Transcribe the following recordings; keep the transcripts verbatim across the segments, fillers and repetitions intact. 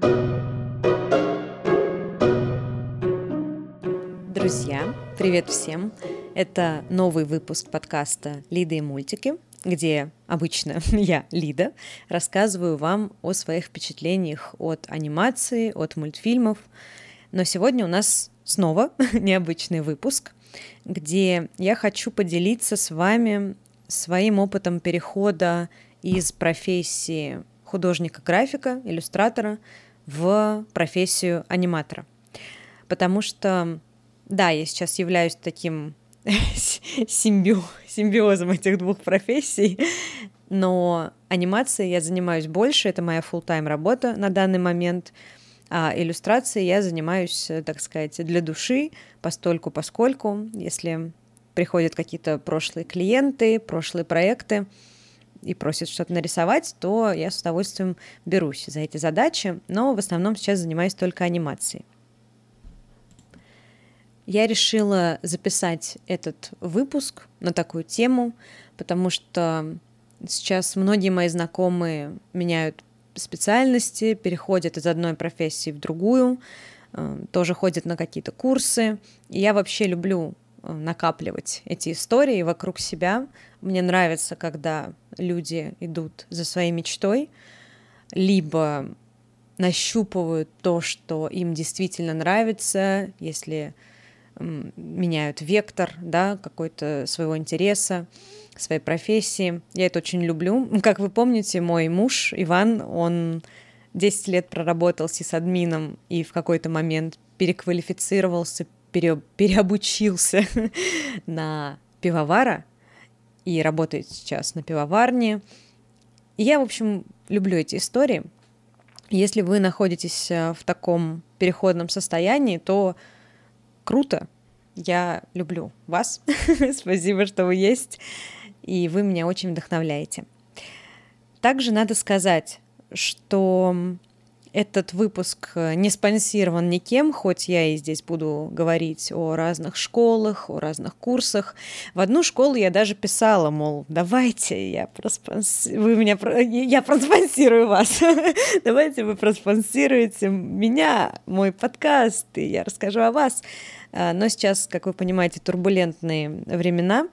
Друзья, привет всем! Это новый выпуск подкаста «Лида и мультики», где обычно я, Лида, рассказываю вам о своих впечатлениях от анимации, от мультфильмов. Но сегодня у нас снова необычный выпуск, где я хочу поделиться с вами своим опытом перехода из профессии художника-графика, иллюстратора в профессию аниматора. Потому что, да, я сейчас являюсь таким симбио- симбиозом этих двух профессий, но анимацией я занимаюсь больше, это моя фулл-тайм работа на данный момент, а иллюстрацией я занимаюсь, так сказать, для души, постольку-поскольку, если приходят какие-то прошлые клиенты, прошлые проекты и просят что-то нарисовать, то я с удовольствием берусь за эти задачи, но в основном сейчас занимаюсь только анимацией. Я решила записать этот выпуск на такую тему, потому что сейчас многие мои знакомые меняют специальности, переходят из одной профессии в другую, тоже ходят на какие-то курсы. И я вообще люблю накапливать эти истории вокруг себя. Мне нравится, когда люди идут за своей мечтой, либо нащупывают то, что им действительно нравится, если меняют вектор, да, какой-то своего интереса, своей профессии. Я это очень люблю. Как вы помните, мой муж Иван, он десять лет проработал сисадмином и в какой-то момент переквалифицировался, пере, переобучился на пивовара и работает сейчас на пивоварне. И я, в общем, люблю эти истории. Если вы находитесь в таком переходном состоянии, то круто, я люблю вас, спасибо, что вы есть, и вы меня очень вдохновляете. Также надо сказать, что этот выпуск не спонсирован никем, хоть я и здесь буду говорить о разных школах, о разных курсах. В одну школу я даже писала, мол, давайте я проспонс... вы меня... я проспонсирую вас, давайте вы проспонсируете меня, мой подкаст, и я расскажу о вас. Но сейчас, как вы понимаете, турбулентные времена,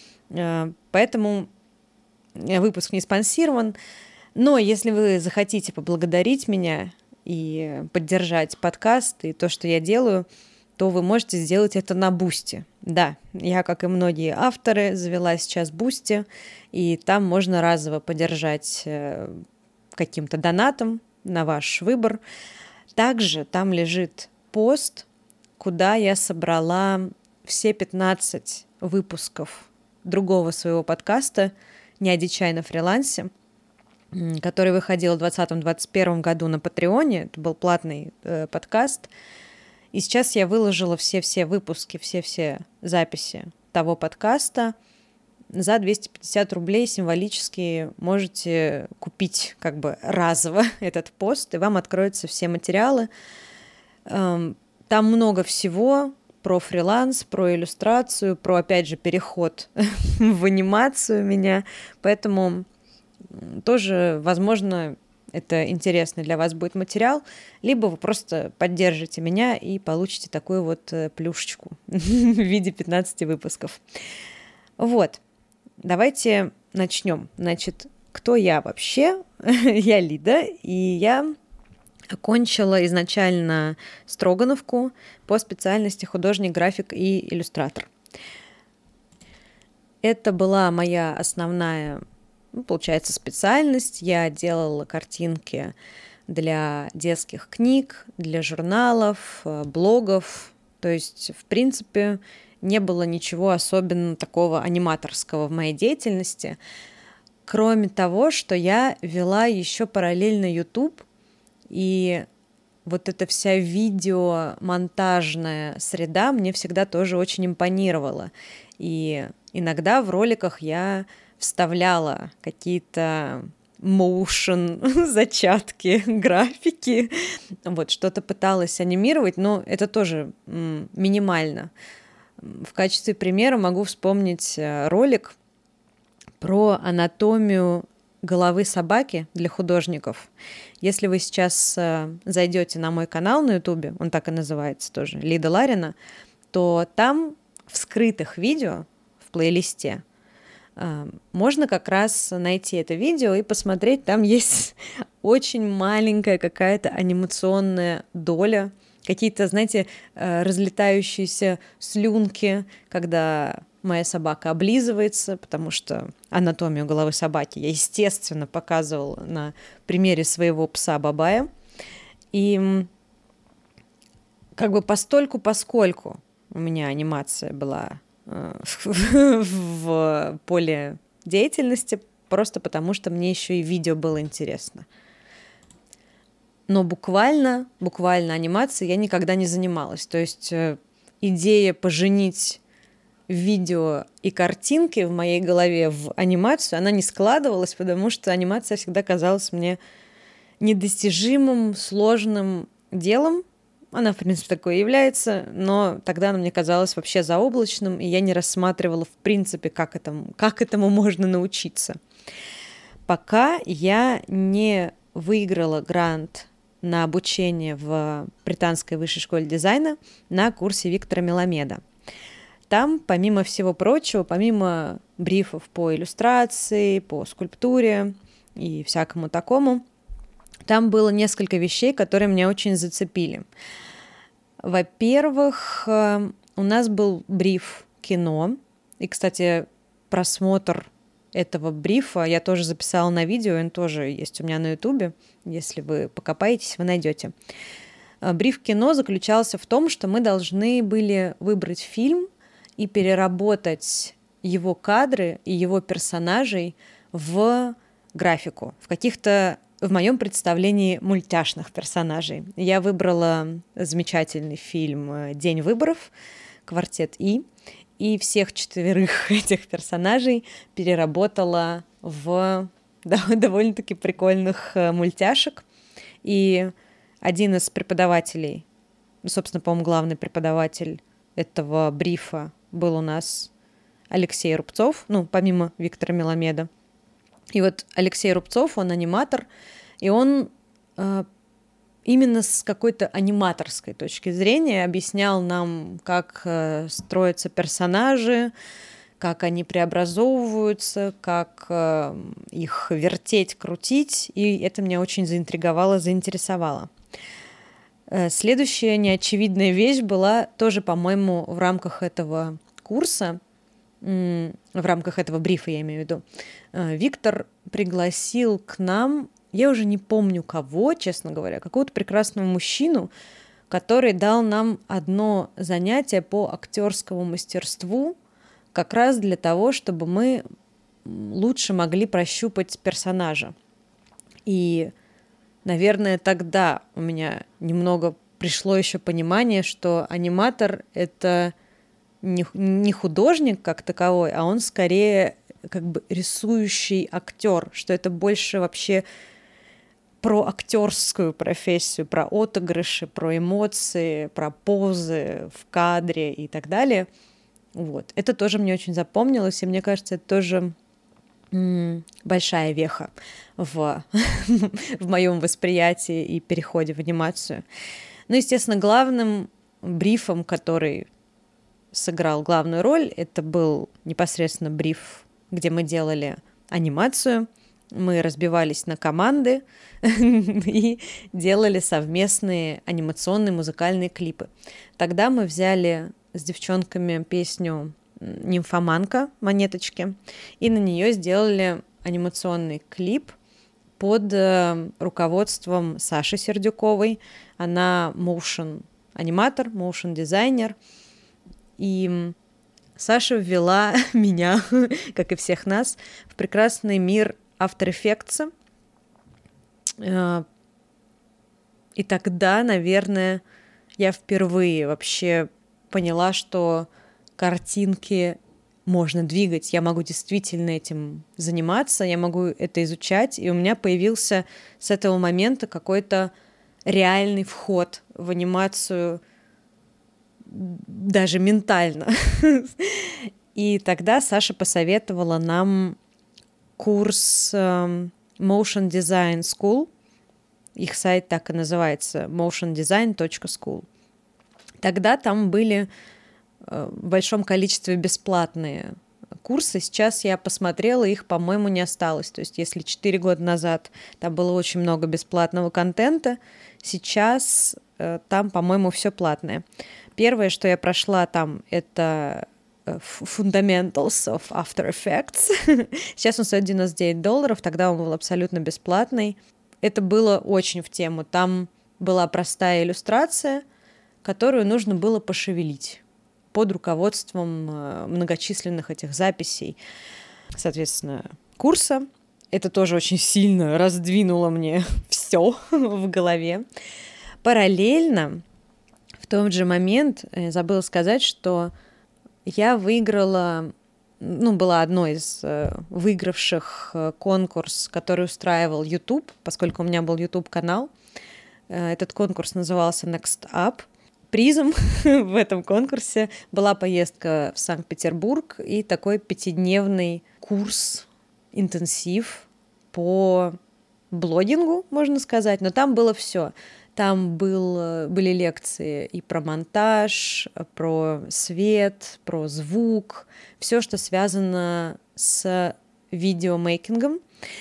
поэтому выпуск не спонсирован. Но если вы захотите поблагодарить меня и поддержать подкаст и то, что я делаю, то вы можете сделать это на Бусти. Да, я, как и многие авторы, завела сейчас Бусти, и там можно разово поддержать каким-то донатом на ваш выбор. Также там лежит пост, куда я собрала все пятнадцать выпусков другого своего подкаста «Не одичай на фрилансе», который выходил в двадцатом-двадцать первом году на Патреоне. Это был платный э, подкаст. И сейчас я выложила все-все выпуски, все-все записи того подкаста. За двести пятьдесят рублей символически можете купить как бы разово этот пост, и вам откроются все материалы. Эм, там много всего про фриланс, про иллюстрацию, про, опять же, переход в анимацию меня. Поэтому тоже, возможно, это интересный для вас будет материал, либо вы просто поддержите меня и получите такую вот плюшечку в виде пятнадцати выпусков. Вот, давайте начнем. Значит, кто я вообще? Я Лида, и я окончила изначально Строгановку по специальности художник, график и иллюстратор. Это была моя основная, ну, получается, специальность. Я делала картинки для детских книг, для журналов, блогов. То есть, в принципе, не было ничего особенно такого аниматорского в моей деятельности, кроме того, что я вела еще параллельно YouTube, и вот эта вся видеомонтажная среда мне всегда тоже очень импонировала. И иногда в роликах я вставляла какие-то motion зачатки графики, вот, что-то пыталась анимировать, но это тоже м, минимально. В качестве примера могу вспомнить ролик про анатомию головы собаки для художников. Если вы сейчас зайдете на мой канал на Ютубе, он так и называется тоже, Лида Ларина, то там в скрытых видео в плейлисте можно как раз найти это видео и посмотреть. Там есть очень маленькая какая-то анимационная доля, какие-то, знаете, разлетающиеся слюнки, когда моя собака облизывается, потому что анатомию головы собаки я, естественно, показывала на примере своего пса Бабая. И как бы постольку-поскольку у меня анимация была в поле деятельности, просто потому что мне еще и видео было интересно. Но буквально, буквально анимацией я никогда не занималась. То есть идея поженить видео и картинки в моей голове в анимацию, она не складывалась, потому что анимация всегда казалась мне недостижимым, сложным делом. Она, в принципе, такой и является, но тогда она мне казалась вообще заоблачным, и я не рассматривала, в принципе, как этому, как этому можно научиться. Пока я не выиграла грант на обучение в Британской высшей школе дизайна на курсе Виктора Меламеда. Там, помимо всего прочего, помимо брифов по иллюстрации, по скульптуре и всякому такому, там было несколько вещей, которые меня очень зацепили. Во-первых, у нас был бриф кино. И, кстати, просмотр этого брифа я тоже записала на видео, он тоже есть у меня на Ютубе. Если вы покопаетесь, вы найдете. Бриф кино заключался в том, что мы должны были выбрать фильм и переработать его кадры и его персонажей в графику, в каких-то, в моем представлении, мультяшных персонажей. Я выбрала замечательный фильм «День выборов», «Квартет И», и всех четверых этих персонажей переработала в довольно-таки прикольных мультяшек. И один из преподавателей, собственно, по-моему, главный преподаватель этого брифа был у нас Алексей Рубцов, ну, помимо Виктора Меламеда. И вот Алексей Рубцов, он аниматор, и он э, именно с какой-то аниматорской точки зрения объяснял нам, как э, строятся персонажи, как они преобразовываются, как э, их вертеть, крутить, и это меня очень заинтриговало, заинтересовало. Э, следующая неочевидная вещь была тоже, по-моему, в рамках этого курса, м- в рамках этого брифа, я имею в виду, э, Виктор пригласил к нам, я уже не помню кого, честно говоря, какого-то прекрасного мужчину, который дал нам одно занятие по актерскому мастерству, как раз для того, чтобы мы лучше могли прощупать персонажа. И, наверное, тогда у меня немного пришло еще понимание, что аниматор — это не художник как таковой, а он скорее как бы рисующий актер, что это больше вообще про актерскую профессию, про отыгрыши, про эмоции, про позы в кадре и так далее. Вот. Это тоже мне очень запомнилось, и мне кажется, это тоже м- большая веха в, в моем восприятии и переходе в анимацию. Ну, естественно, главным брифом, который сыграл главную роль, это был непосредственно бриф, где мы делали анимацию. Мы разбивались на команды и делали совместные анимационные музыкальные клипы. Тогда мы взяли с девчонками песню «Нимфоманка» «Монеточки», и на нее сделали анимационный клип под руководством Саши Сердюковой. Она моушн-аниматор, моушн-дизайнер, и Саша ввела меня, как и всех нас, в прекрасный мир After Effects. И тогда, наверное, я впервые вообще поняла, что картинки можно двигать, я могу действительно этим заниматься, я могу это изучать, и у меня появился с этого момента какой-то реальный вход в анимацию, даже ментально. И тогда Саша посоветовала нам курс Motion Design School. Их сайт так и называется motion design точка school. Тогда там были в большом количестве бесплатные курсы. Сейчас я посмотрела, их, по-моему, не осталось. То есть если четыре года назад там было очень много бесплатного контента, сейчас там, по-моему, все платное. Первое, что я прошла там, это Fundamentals of After Effects. Сейчас он стоит девяносто девять долларов, тогда он был абсолютно бесплатный. Это было очень в тему. Там была простая иллюстрация, которую нужно было пошевелить под руководством многочисленных этих записей, соответственно, курса. Это тоже очень сильно раздвинуло мне все в голове. Параллельно, в тот же момент, я забыла сказать, что я выиграла, ну, была одной из выигравших конкурс, который устраивал YouTube, поскольку у меня был YouTube-канал. Этот конкурс назывался Next Up. Призом в этом конкурсе была поездка в Санкт-Петербург и такой пятидневный курс, интенсив по блогингу, можно сказать, но там было все. Там был, были лекции и про монтаж, про свет, про звук, все, что связано с видеомейкингом.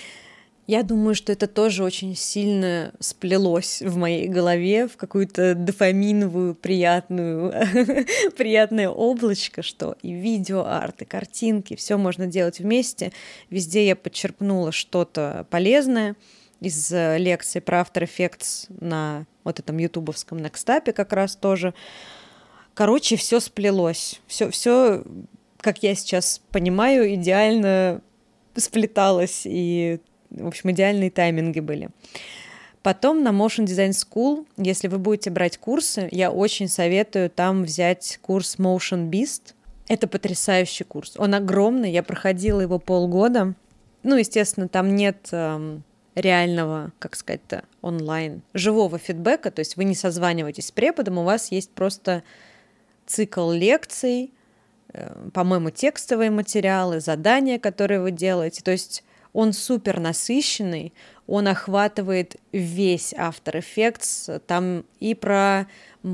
Я думаю, что это тоже очень сильно сплелось в моей голове в какую-то дофаминовую, приятную, приятное облачко, что и видеоарт, и картинки, все можно делать вместе. Везде я подчерпнула что-то полезное из лекций про After Effects на вот этом ютубовском Nextup'е как раз тоже. Короче, все сплелось. Все, все, как я сейчас понимаю, идеально сплеталось, и, в общем, идеальные тайминги были. Потом на Motion Design School, если вы будете брать курсы, я очень советую там взять курс Motion Beast. Это потрясающий курс. Он огромный, я проходила его полгода. Ну, естественно, там нет эм, реального, как сказать-то, онлайн, живого фидбэка, то есть вы не созваниваетесь с преподом, у вас есть просто цикл лекций, э, по-моему, текстовые материалы, задания, которые вы делаете, то есть он супер насыщенный, он охватывает весь After Effects, там и про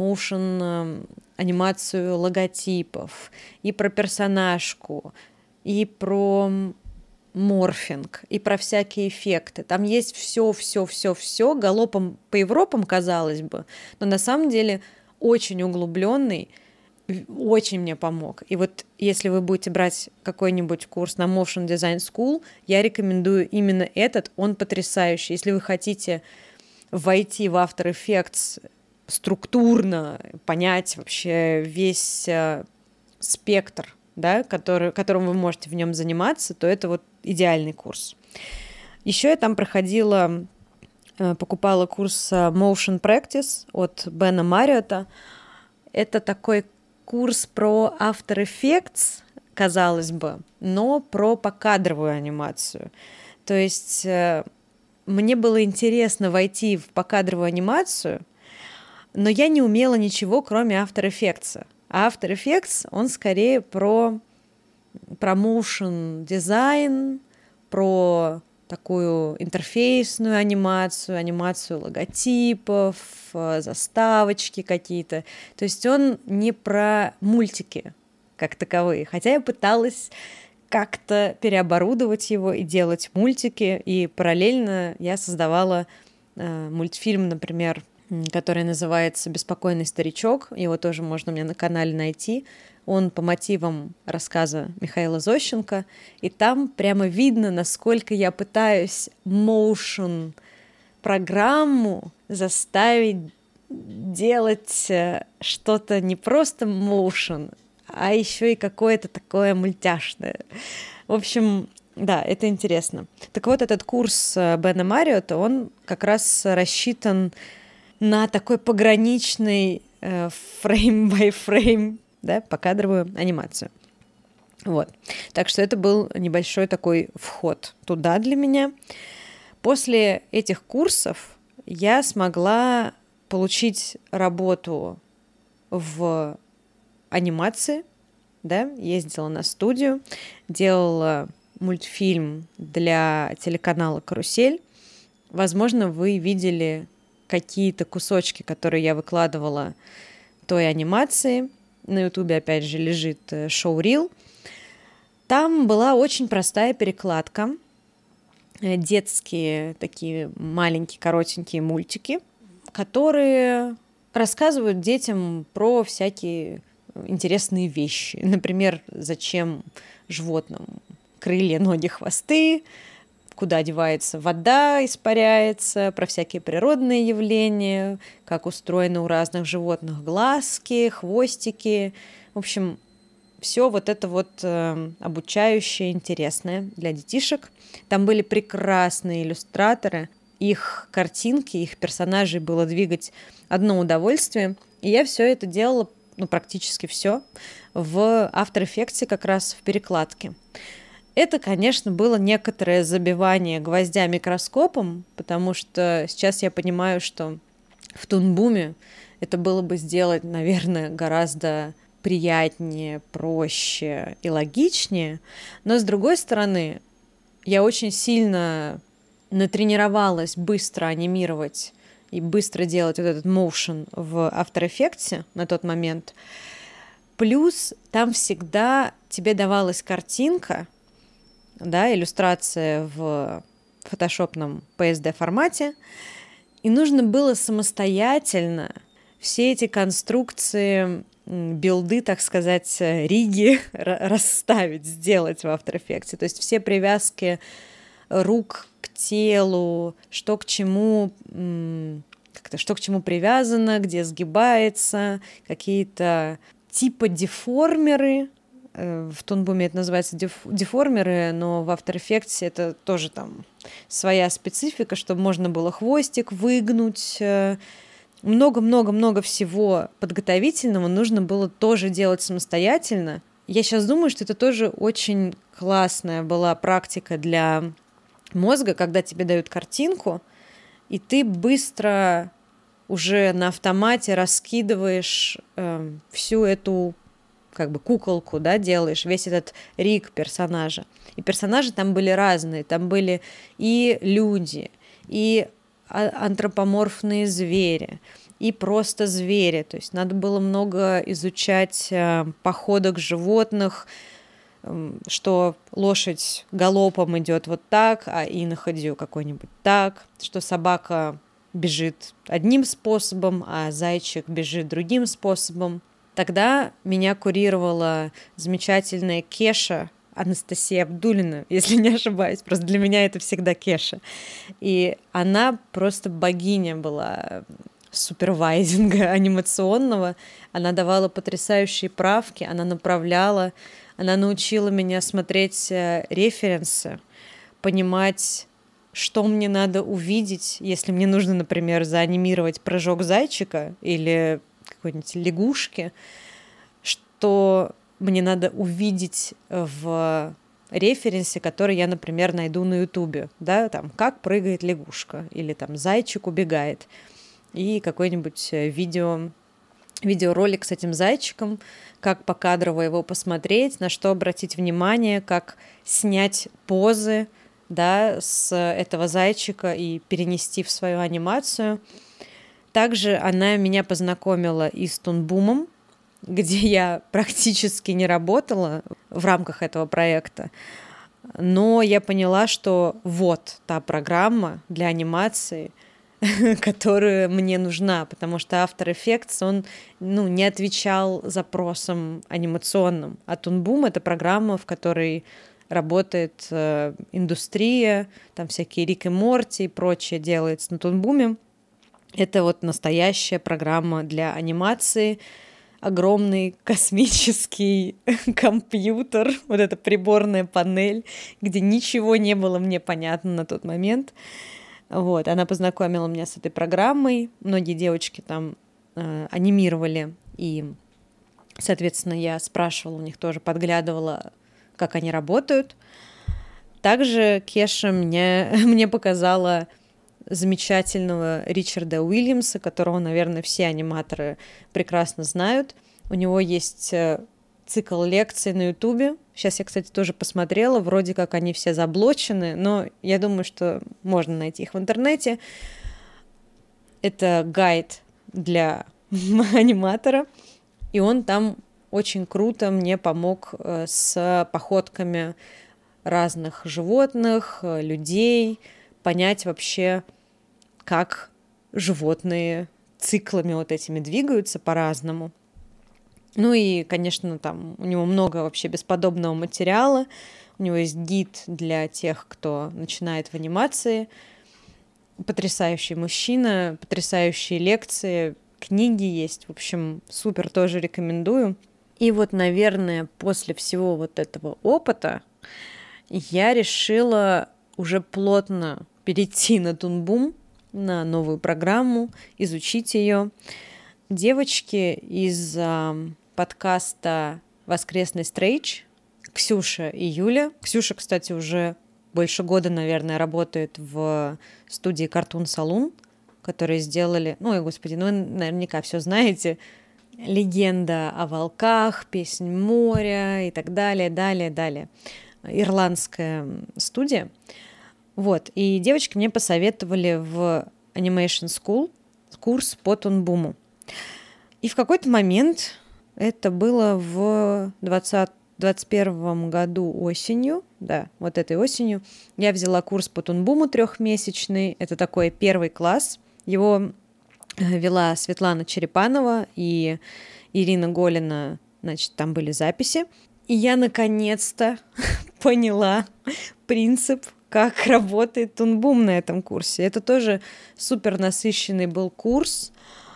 motion анимацию логотипов, и про персонажку, и про морфинг, и про всякие эффекты. Там есть все, все, все, все галопом по Европам, казалось бы, но на самом деле очень углубленный, очень мне помог. И вот если вы будете брать какой-нибудь курс на Motion Design School, я рекомендую именно этот, он потрясающий. Если вы хотите войти в After Effects структурно, понять вообще весь э, спектр, да, который, которым вы можете в нем заниматься, то это вот идеальный курс. Еще я там проходила, э, покупала курс Motion Practice от Бена Мариота. Это такой курс про After Effects, казалось бы, но про покадровую анимацию. То есть э, мне было интересно войти в покадровую анимацию, но я не умела ничего, кроме After Effects. А After Effects, он скорее про, про motion дизайн, про такую интерфейсную анимацию, анимацию логотипов, заставочки какие-то. То есть он не про мультики как таковые. Хотя я пыталась как-то переоборудовать его и делать мультики, и параллельно я создавала э, мультфильм, например, который называется «Беспокойный старичок». Его тоже можно мне на канале найти. Он по мотивам рассказа Михаила Зощенко. И там прямо видно, насколько я пытаюсь motion программу заставить делать что-то не просто motion, а еще и какое-то такое мультяшное. В общем, да, это интересно. Так вот, этот курс Бена Мариота, он как раз рассчитан на такой пограничный фрейм-бай-фрейм, да, покадровую анимацию. Вот. Так что это был небольшой такой вход туда для меня. После этих курсов я смогла получить работу в анимации, да, ездила на студию, делала мультфильм для телеканала «Карусель». Возможно, вы видели какие-то кусочки, которые я выкладывала той анимации. На Ютубе, опять же, лежит шоу-рил. Там была очень простая перекладка. Детские такие маленькие коротенькие мультики, которые рассказывают детям про всякие интересные вещи. Например, зачем животным крылья, ноги, хвосты, куда девается вода, испаряется, про всякие природные явления, как устроены у разных животных глазки, хвостики. В общем, все вот это вот э, обучающее, интересное для детишек. Там были прекрасные иллюстраторы. Их картинки, их персонажей было двигать одно удовольствие. И я все это делала, ну, практически все, в After Effects, как раз в перекладке. Это, конечно, было некоторое забивание гвоздя микроскопом, потому что сейчас я понимаю, что в Тунбуме это было бы сделать, наверное, гораздо приятнее, проще и логичнее. Но, с другой стороны, я очень сильно натренировалась быстро анимировать и быстро делать вот этот motion в After Effects на тот момент. Плюс там всегда тебе давалась картинка, да, иллюстрация в фотошопном пи эс ди формате, и нужно было самостоятельно все эти конструкции, билды, так сказать, риги расставить, сделать в After Effects. То есть все привязки рук к телу, что к чему, как-то, что к чему привязано, где сгибается, какие-то типа деформеры. В Тунбуме это называется деф- деформеры, но в After Effects это тоже там своя специфика, чтобы можно было хвостик выгнуть. Много-много-много всего подготовительного нужно было тоже делать самостоятельно. Я сейчас думаю, что это тоже очень классная была практика для мозга, когда тебе дают картинку, и ты быстро уже на автомате раскидываешь э, всю эту как бы куколку, да, делаешь, весь этот риг персонажа. И персонажи там были разные. Там были и люди, и антропоморфные звери, и просто звери. То есть надо было много изучать э, походок животных, э, что лошадь галопом идет вот так, а иноходью какой-нибудь так, что собака бежит одним способом, а зайчик бежит другим способом. Тогда меня курировала замечательная Кеша, Анастасия Абдуллина, если не ошибаюсь. Просто для меня это всегда Кеша. И она просто богиня была супервайзинга анимационного. Она давала потрясающие правки, она направляла, она научила меня смотреть референсы, понимать, что мне надо увидеть, если мне нужно, например, заанимировать прыжок зайчика или какой-нибудь лягушки, что мне надо увидеть в референсе, который я, например, найду на Ютубе, да, там, как прыгает лягушка, или там зайчик убегает, и какой-нибудь видео, видеоролик с этим зайчиком, как покадрово его посмотреть, на что обратить внимание, как снять позы, да, с этого зайчика и перенести в свою анимацию. Также она меня познакомила и с Тунбумом, где я практически не работала в рамках этого проекта, но я поняла, что вот та программа для анимации, которая мне нужна, потому что After Effects, он, ну, не отвечал запросам анимационным, а Тунбум — это программа, в которой работает э, индустрия, там всякие Рик и Морти и прочее делается на Тунбуме. Это вот настоящая программа для анимации, огромный космический компьютер, вот эта приборная панель, где ничего не было мне понятно на тот момент. Вот, она познакомила меня с этой программой, многие девочки там э, анимировали, и, соответственно, я спрашивала у них тоже, подглядывала, как они работают. Также Кеша мне, мне показала замечательного Ричарда Уильямса, которого, наверное, все аниматоры прекрасно знают. У него есть цикл лекций на Ютубе, Сейчас я, кстати, тоже посмотрела, вроде как они все заблочены, но я думаю, что можно найти их в интернете. Это гайд для аниматора, и он там очень круто мне помог с походками разных животных, людей, понять вообще, как животные циклами вот этими двигаются по-разному. Ну и, конечно, там у него много вообще бесподобного материала. У него есть гид для тех, кто начинает в анимации. Потрясающий мужчина, потрясающие лекции, книги есть. В общем, супер, тоже рекомендую. И вот, наверное, после всего вот этого опыта я решила уже плотно перейти на Toon Boom, на новую программу, изучить ее. Девочки из а, подкаста «Воскресный стрейч», Ксюша и Юля. Ксюша, кстати, уже больше года, наверное, работает в студии Cartoon Saloon, которые сделали, ну, ой, господи, ну, вы наверняка все знаете, «Легенда о волках», «Песнь моря» и так далее, далее, далее. Ирландская студия. Вот, и девочки мне посоветовали в Animation School курс по Toon Boom. И в какой-то момент, это было в двадцать первом году осенью, да, вот этой осенью, я взяла курс по Toon Boom трехмесячный. Это такой первый класс. Его вела Светлана Черепанова и Ирина Голина, значит, там были записи. И я наконец-то поняла принцип, как работает Toon Boom на этом курсе. Это тоже супер насыщенный был курс.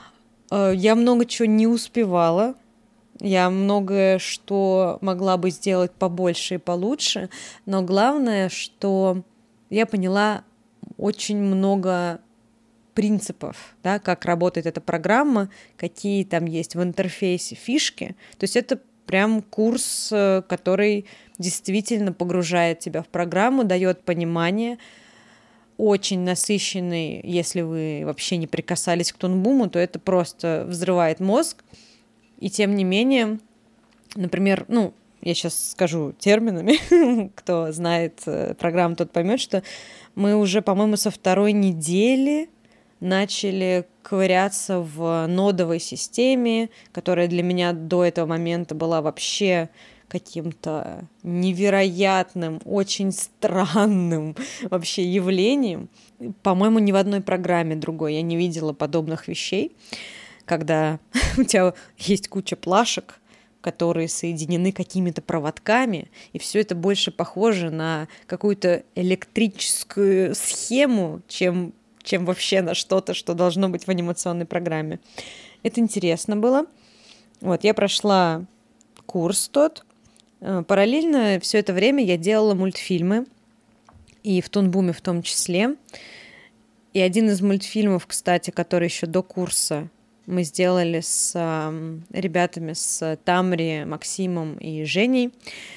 Я много чего не успевала. Я многое что могла бы сделать побольше и получше. Но главное, что я поняла очень много принципов, да, как работает эта программа, какие там есть в интерфейсе фишки. То есть это прям курс, который действительно погружает тебя в программу, дает понимание, очень насыщенный. Если вы вообще не прикасались к Toon Boom, то это просто взрывает мозг. И тем не менее, например, ну, я сейчас скажу терминами, кто знает программу, тот поймет, что мы уже, по-моему, со второй недели начали ковыряться в нодовой системе, которая для меня до этого момента была вообще каким-то невероятным, очень странным вообще явлением. По-моему, ни в одной программе другой я не видела подобных вещей, когда у тебя есть куча плашек, которые соединены какими-то проводками, и все это больше похоже на какую-то электрическую схему, чем чем вообще на что-то, что должно быть в анимационной программе. Это интересно было. Вот, я прошла курс тот. Параллельно все это время я делала мультфильмы, и в Toon Boom в том числе. И один из мультфильмов, кстати, который еще до курса мы сделали с ребятами, с Тамри, Максимом и Женей.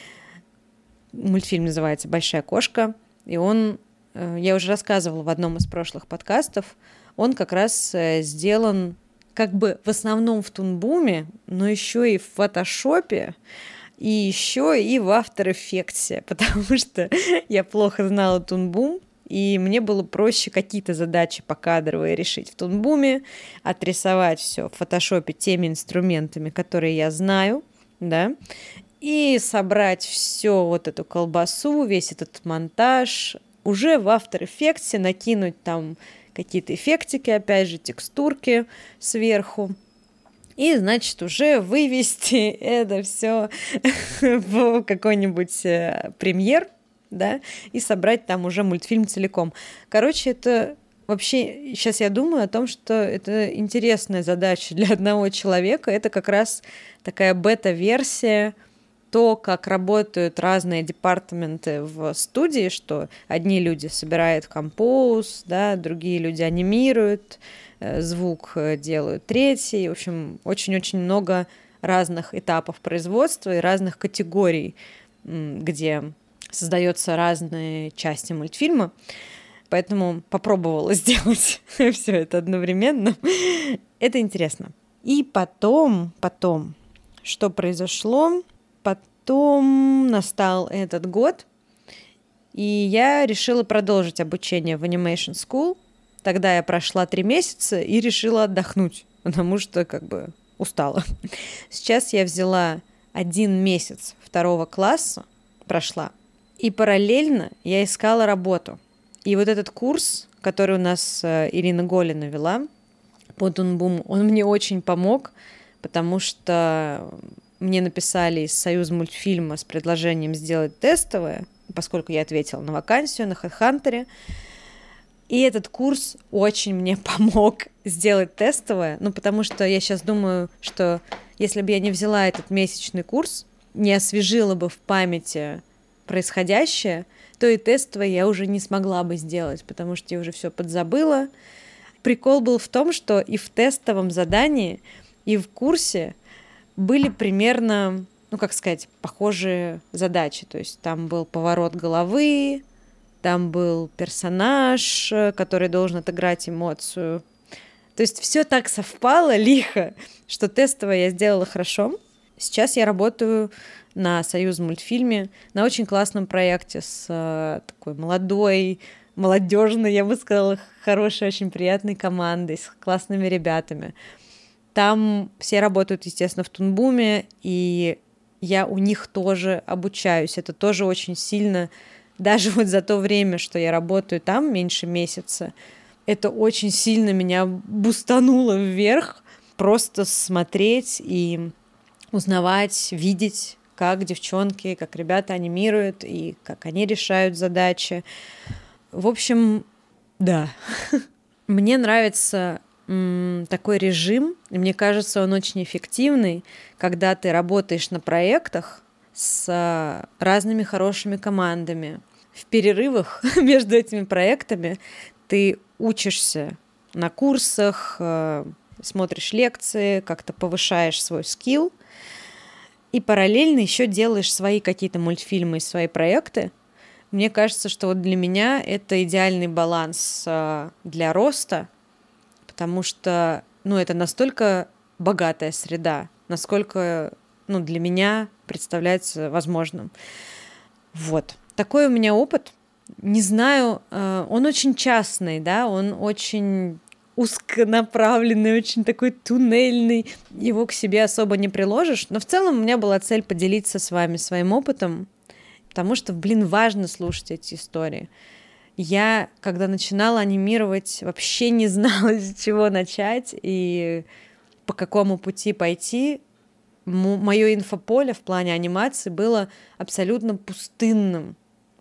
Мультфильм называется «Большая кошка», и он, я уже рассказывала в одном из прошлых подкастов, он как раз сделан как бы в основном в Toon Boom, но еще и в фотошопе, и еще и в After Effects, потому что я плохо знала Toon Boom, и мне было проще какие-то задачи покадровые решить в Toon Boom, отрисовать все в фотошопе теми инструментами, которые я знаю, да, и собрать все вот эту колбасу, весь этот монтаж уже в After Effects, накинуть там какие-то эффектики, опять же, текстурки сверху. И, значит, уже вывести это все в какой-нибудь премьер, да, и собрать там уже мультфильм целиком. Короче, это вообще, сейчас я думаю о том, что это интересная задача для одного человека. Это как раз такая бета-версия, то, как работают разные департаменты в студии, что одни люди собирают композ, да, другие люди анимируют, звук делают третий. В общем, очень-очень много разных этапов производства и разных категорий, где создаются разные части мультфильма. Поэтому попробовала сделать все это одновременно. Это интересно. И потом, потом, что произошло? Потом настал этот год, и я решила продолжить обучение в Animation School. Тогда я прошла три месяца и решила отдохнуть, потому что как бы устала. Сейчас я взяла один месяц второго класса, прошла, и параллельно я искала работу. И вот этот курс, который у нас Ирина Голина вела по Тунбуму, он мне очень помог, потому что мне написали из Союзмультфильма с предложением сделать тестовое, поскольку я ответила на вакансию на HeadHunter. И этот курс очень мне помог сделать тестовое, ну, потому что я сейчас думаю, что если бы я не взяла этот месячный курс, не освежила бы в памяти происходящее, то и тестовое я уже не смогла бы сделать, потому что я уже все подзабыла. Прикол был в том, что и в тестовом задании, и в курсе были примерно, ну, как сказать, похожие задачи. То есть там был поворот головы, там был персонаж, который должен отыграть эмоцию. То есть все так совпало лихо, что тестовое я сделала хорошо. Сейчас я работаю на Союзмультфильме, на очень классном проекте с э, такой молодой, молодежной, я бы сказала, хорошей, очень приятной командой, с классными ребятами. Там все работают, естественно, в Тунбуме, и я у них тоже обучаюсь. Это тоже очень сильно, даже вот за то время, что я работаю там, меньше месяца, это очень сильно меня бустануло вверх. Просто смотреть и узнавать, видеть, как девчонки, как ребята анимируют и как они решают задачи. В общем, да. Мне нравится м, такой режим, и мне кажется, он очень эффективный, когда ты работаешь на проектах с разными хорошими командами. В перерывах между этими проектами ты учишься на курсах, смотришь лекции, как-то повышаешь свой скилл, и параллельно еще делаешь свои какие-то мультфильмы и свои проекты. Мне кажется, что вот для меня это идеальный баланс для роста, потому что, ну, это настолько богатая среда, насколько, ну, для меня представляется возможным. Вот. Такой у меня опыт. Не знаю, он очень частный, да, он очень узконаправленный, очень такой туннельный, его к себе особо не приложишь, но в целом у меня была цель поделиться с вами своим опытом, потому что, блин, важно слушать эти истории. Я, когда начинала анимировать, вообще не знала, с чего начать и по какому пути пойти. Мое инфополе в плане анимации было абсолютно пустынным,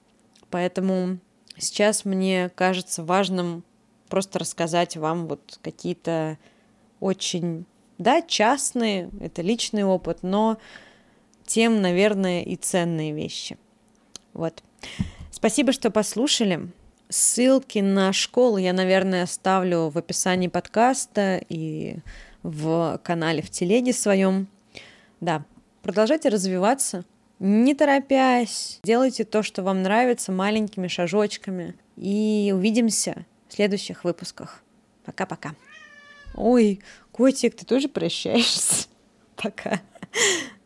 поэтому сейчас мне кажется важным просто рассказать вам вот какие-то очень, да, частные, это личный опыт, но тем, наверное, и ценные вещи. Вот. Спасибо, что послушали. Ссылки на школу я, наверное, оставлю в описании подкаста и в канале в телеге своем. Да, продолжайте развиваться, не торопясь, делайте то, что вам нравится, маленькими шажочками, и увидимся в следующих выпусках. Пока-пока. Ой, котик, ты тоже прощаешься? Пока.